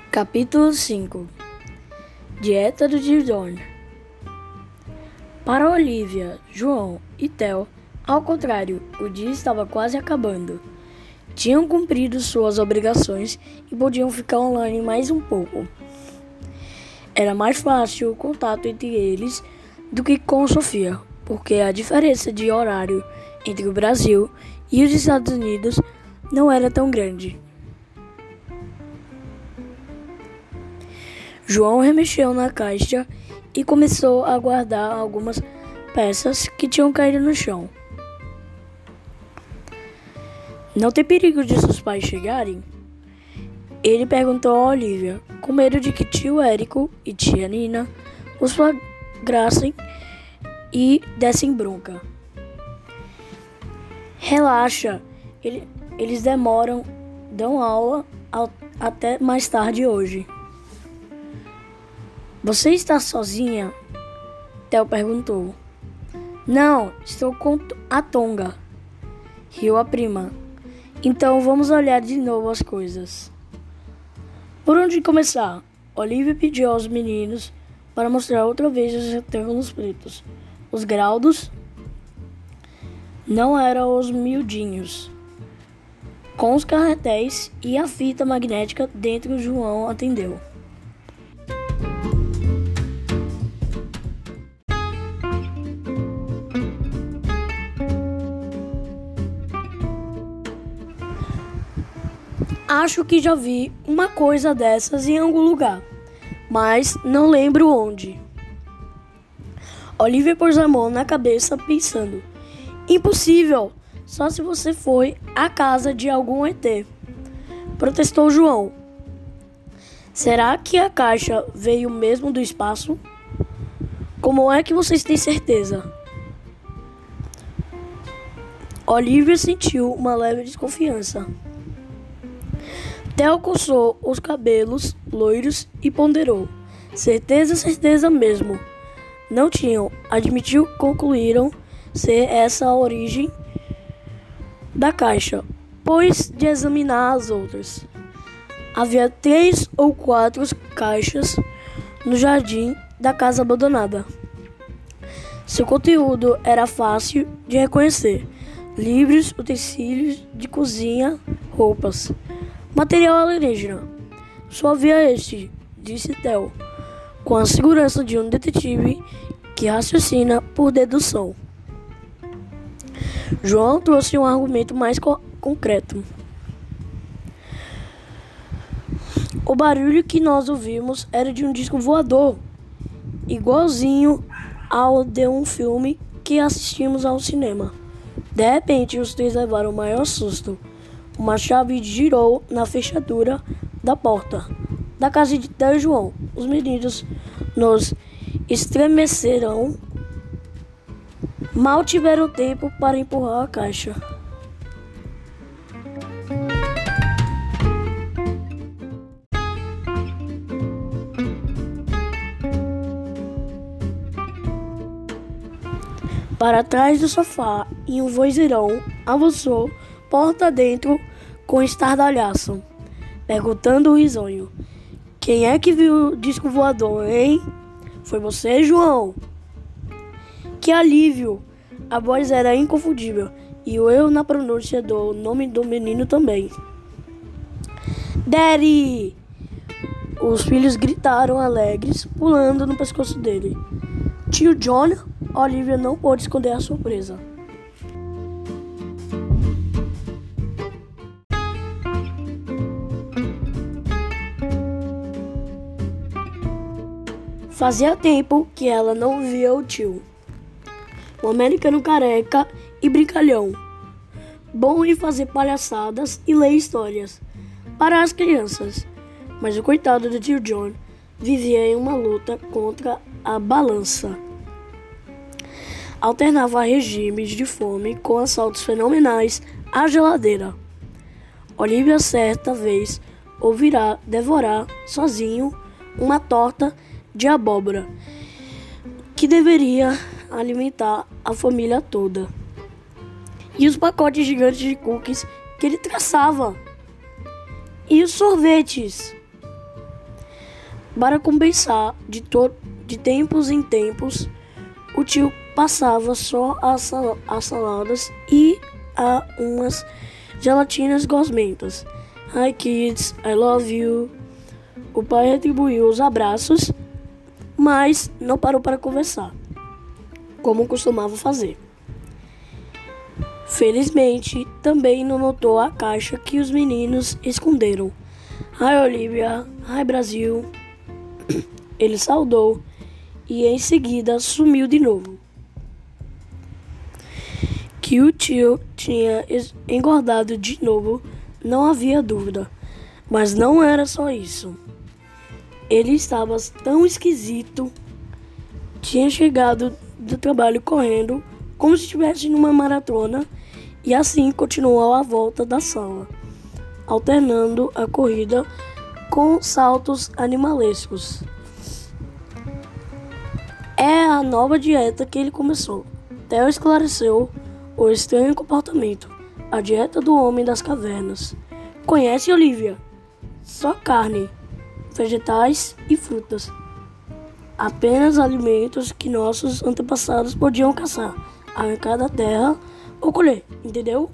Capítulo 5. Dieta do Tio John. Para Olivia, João e Theo, ao contrário, o dia estava quase acabando. Tinham cumprido suas obrigações e podiam ficar online mais um pouco. Era mais fácil o contato entre eles do que com Sofia, porque a diferença de horário entre o Brasil e os Estados Unidos não era tão grande. João remexeu na caixa e começou a guardar algumas peças que tinham caído no chão. Não tem perigo de seus pais chegarem? Ele perguntou a Olivia, com medo de que tio Érico e tia Nina os flagrassem e dessem bronca. Relaxa, eles dão aula até mais tarde hoje. Você está sozinha? Theo perguntou. Não, estou com a Tonga, riu a prima. Então vamos olhar de novo as coisas. Por onde começar? Olivia pediu aos meninos para mostrar outra vez os retângulos pretos. Os graúdos não eram os miudinhos, com os carretéis e a fita magnética dentro. João atendeu. Acho que já vi uma coisa dessas em algum lugar, mas não lembro onde. Olivia pôs a mão na cabeça pensando. Impossível, só se você foi à casa de algum ET, protestou João. Será que a caixa veio mesmo do espaço? Como é que vocês têm certeza? Olivia sentiu uma leve desconfiança. Theo coçou os cabelos loiros e ponderou. Certeza mesmo. Não tinham, admitiu, concluíram ser essa a origem da caixa, pois de examinar as outras. Havia 3 ou 4 caixas no jardim da casa abandonada. Seu conteúdo era fácil de reconhecer. Livros, utensílios de cozinha, roupas. Material alienígena. Só havia este, disse Theo, com a segurança de um detetive que raciocina por dedução. João trouxe um argumento mais concreto. O barulho que nós ouvimos era de um disco voador, igualzinho ao de um filme que assistimos ao cinema. De repente, os 3 levaram o maior susto. Uma chave girou na fechadura da porta da casa de Theo e João. Os meninos nos estremeceram. Mal tiveram tempo para empurrar a caixa. Para trás do sofá, e um vozeirão avançou porta dentro com estardalhaço, perguntando risonho. Quem é que viu o disco voador, hein? Foi você, João? Que alívio! A voz era inconfundível, e o erro na pronúncia do nome do menino também. Daddy! Os filhos gritaram alegres, pulando no pescoço dele. Tio John? Olivia não pôde esconder a surpresa. Fazia tempo que ela não via o tio. Um americano careca e brincalhão, bom em fazer palhaçadas e ler histórias para as crianças. Mas o coitado do tio John vivia em uma luta contra a balança. Alternava regimes de fome com assaltos fenomenais à geladeira. Olivia certa vez ouvirá devorar sozinho uma torta de abóbora que deveria alimentar a família toda. E os pacotes gigantes de cookies que ele traçava. E os sorvetes. Para compensar, de tempos em tempos, o tio passava só as saladas e a umas gelatinas gosmentas. Hi kids, I love you. O pai retribuiu os abraços, mas não parou para conversar, como costumava fazer. Felizmente, também não notou a caixa que os meninos esconderam. Hi Olivia, hi Brasil. Ele saudou e em seguida sumiu de novo. Que o tio tinha engordado de novo, não havia dúvida. Mas não era só isso. Ele estava tão esquisito. Tinha chegado do trabalho correndo, como se estivesse numa maratona, e assim continuou a volta da sala, alternando a corrida com saltos animalescos. É a nova dieta que ele começou. Theo esclareceu o estranho comportamento. A dieta do homem das cavernas. Conhece, Olivia? Só carne, vegetais e frutas. Apenas alimentos que nossos antepassados podiam caçar, arrancar da terra ou colher, entendeu?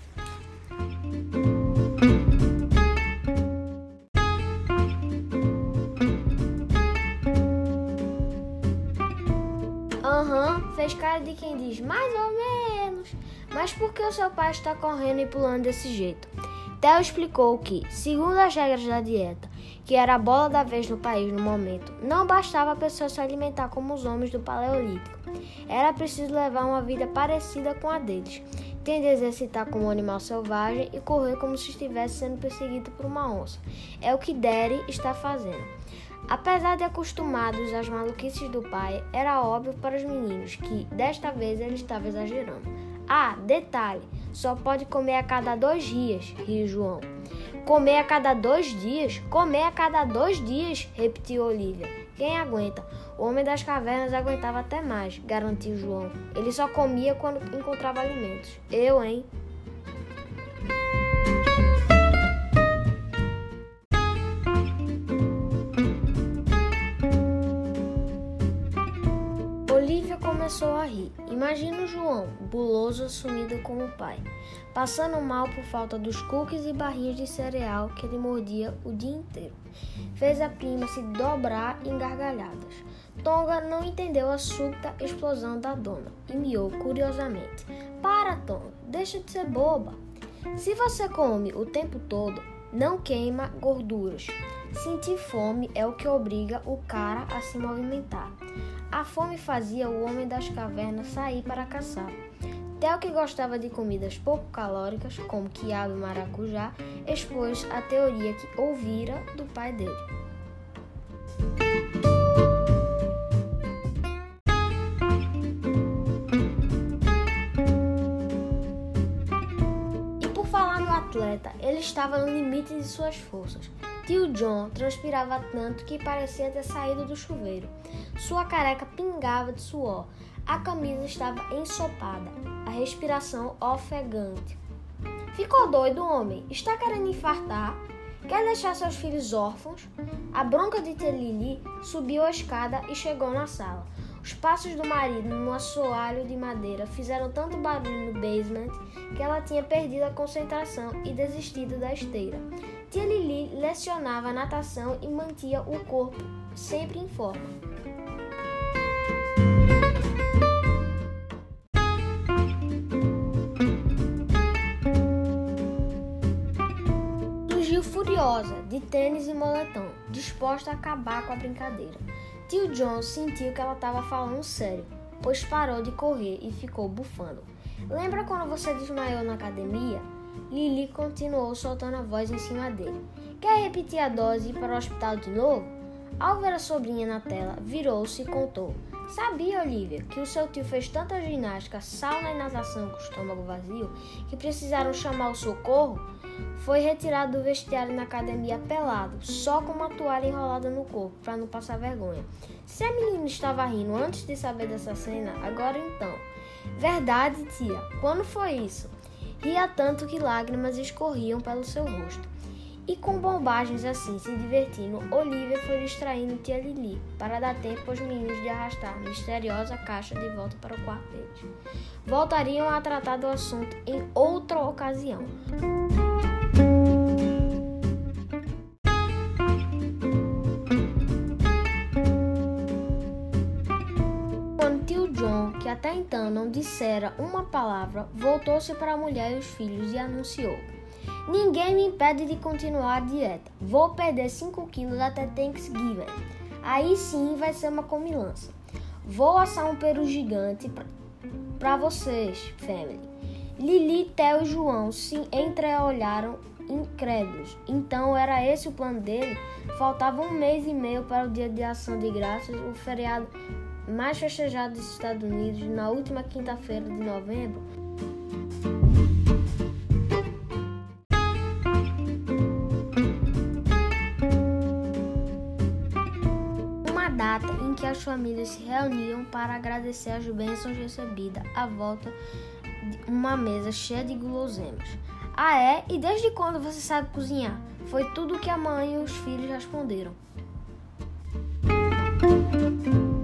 Fez cara de quem diz mais ou menos. Mas por que o seu pai está correndo e pulando desse jeito? Theo explicou que, segundo as regras da dieta, que era a bola da vez no país no momento, não bastava a pessoa se alimentar como os homens do Paleolítico. Era preciso levar uma vida parecida com a deles, tendo a exercitar como um animal selvagem e correr como se estivesse sendo perseguido por uma onça. É o que Derry está fazendo. Apesar de acostumados às maluquices do pai, era óbvio para os meninos que, desta vez, ele estava exagerando. Ah, detalhe, só pode comer a cada 2 dias, riu João. Comer a cada 2 dias? Comer a cada 2 dias, repetiu Olivia. Quem aguenta? O homem das cavernas aguentava até mais, garantiu João. Ele só comia quando encontrava alimentos. Eu, hein? Olivia começou a rir. Imagina o João, buloso assumido como pai, passando mal por falta dos cookies e barrinhos de cereal que ele mordia o dia inteiro. Fez a prima se dobrar em gargalhadas. Tonga não entendeu a súbita explosão da dona e miou curiosamente. Para, Tonga, deixa de ser boba. Se você come o tempo todo, não queima gorduras. Sentir fome é o que obriga o cara a se movimentar. A fome fazia o homem das cavernas sair para caçar. Theo, que gostava de comidas pouco calóricas, como quiabo e maracujá, expôs a teoria que ouvira do pai dele. E por falar no atleta, ele estava no limite de suas forças. Tio John transpirava tanto que parecia ter saído do chuveiro. Sua careca pingava de suor. A camisa estava ensopada, a respiração ofegante. Ficou doido, homem? Está querendo infartar? Quer deixar seus filhos órfãos? A bronca de tia Lili subiu a escada e chegou na sala. Os passos do marido no assoalho de madeira fizeram tanto barulho no basement que ela tinha perdido a concentração e desistido da esteira. Tia Lili lecionava natação e mantinha o corpo sempre em forma. Surgiu furiosa, de tênis e moletom, disposta a acabar com a brincadeira. Tio John sentiu que ela estava falando sério, pois parou de correr e ficou bufando. Lembra quando você desmaiou na academia? Lili continuou soltando a voz em cima dele. Quer repetir a dose e ir para o hospital de novo? Ao ver a sobrinha na tela, virou-se e contou. Sabia, Olivia, que o seu tio fez tanta ginástica, sauna e natação com o estômago vazio que precisaram chamar o socorro? Foi retirado do vestiário na academia pelado, só com uma toalha enrolada no corpo, para não passar vergonha. Se a menina estava rindo antes de saber dessa cena, agora então. Verdade, tia. Quando foi isso? Ria tanto que lágrimas escorriam pelo seu rosto. E com bobagens assim, se divertindo, Olivia foi distraindo tia Lili para dar tempo aos meninos de arrastar a misteriosa caixa de volta para o quarto deles. Voltariam a tratar do assunto em outra ocasião. Quando tio John, que até então não dissera uma palavra, voltou-se para a mulher e os filhos e anunciou: "Ninguém me impede de continuar a dieta. Vou perder 5 quilos até Thanksgiving. Aí sim vai ser uma comilança. Vou assar um peru gigante para vocês, family." Lili, Theo e João se entreolharam incrédulos. Então era esse o plano dele? Faltava 1 mês e meio para o Dia de Ação de Graças, o feriado mais festejado dos Estados Unidos, na última quinta-feira de novembro. Data em que as famílias se reuniam para agradecer as bênçãos recebidas à volta de uma mesa cheia de guloseimas. "Ah é? E desde quando você sabe cozinhar?" Foi tudo o que a mãe e os filhos responderam.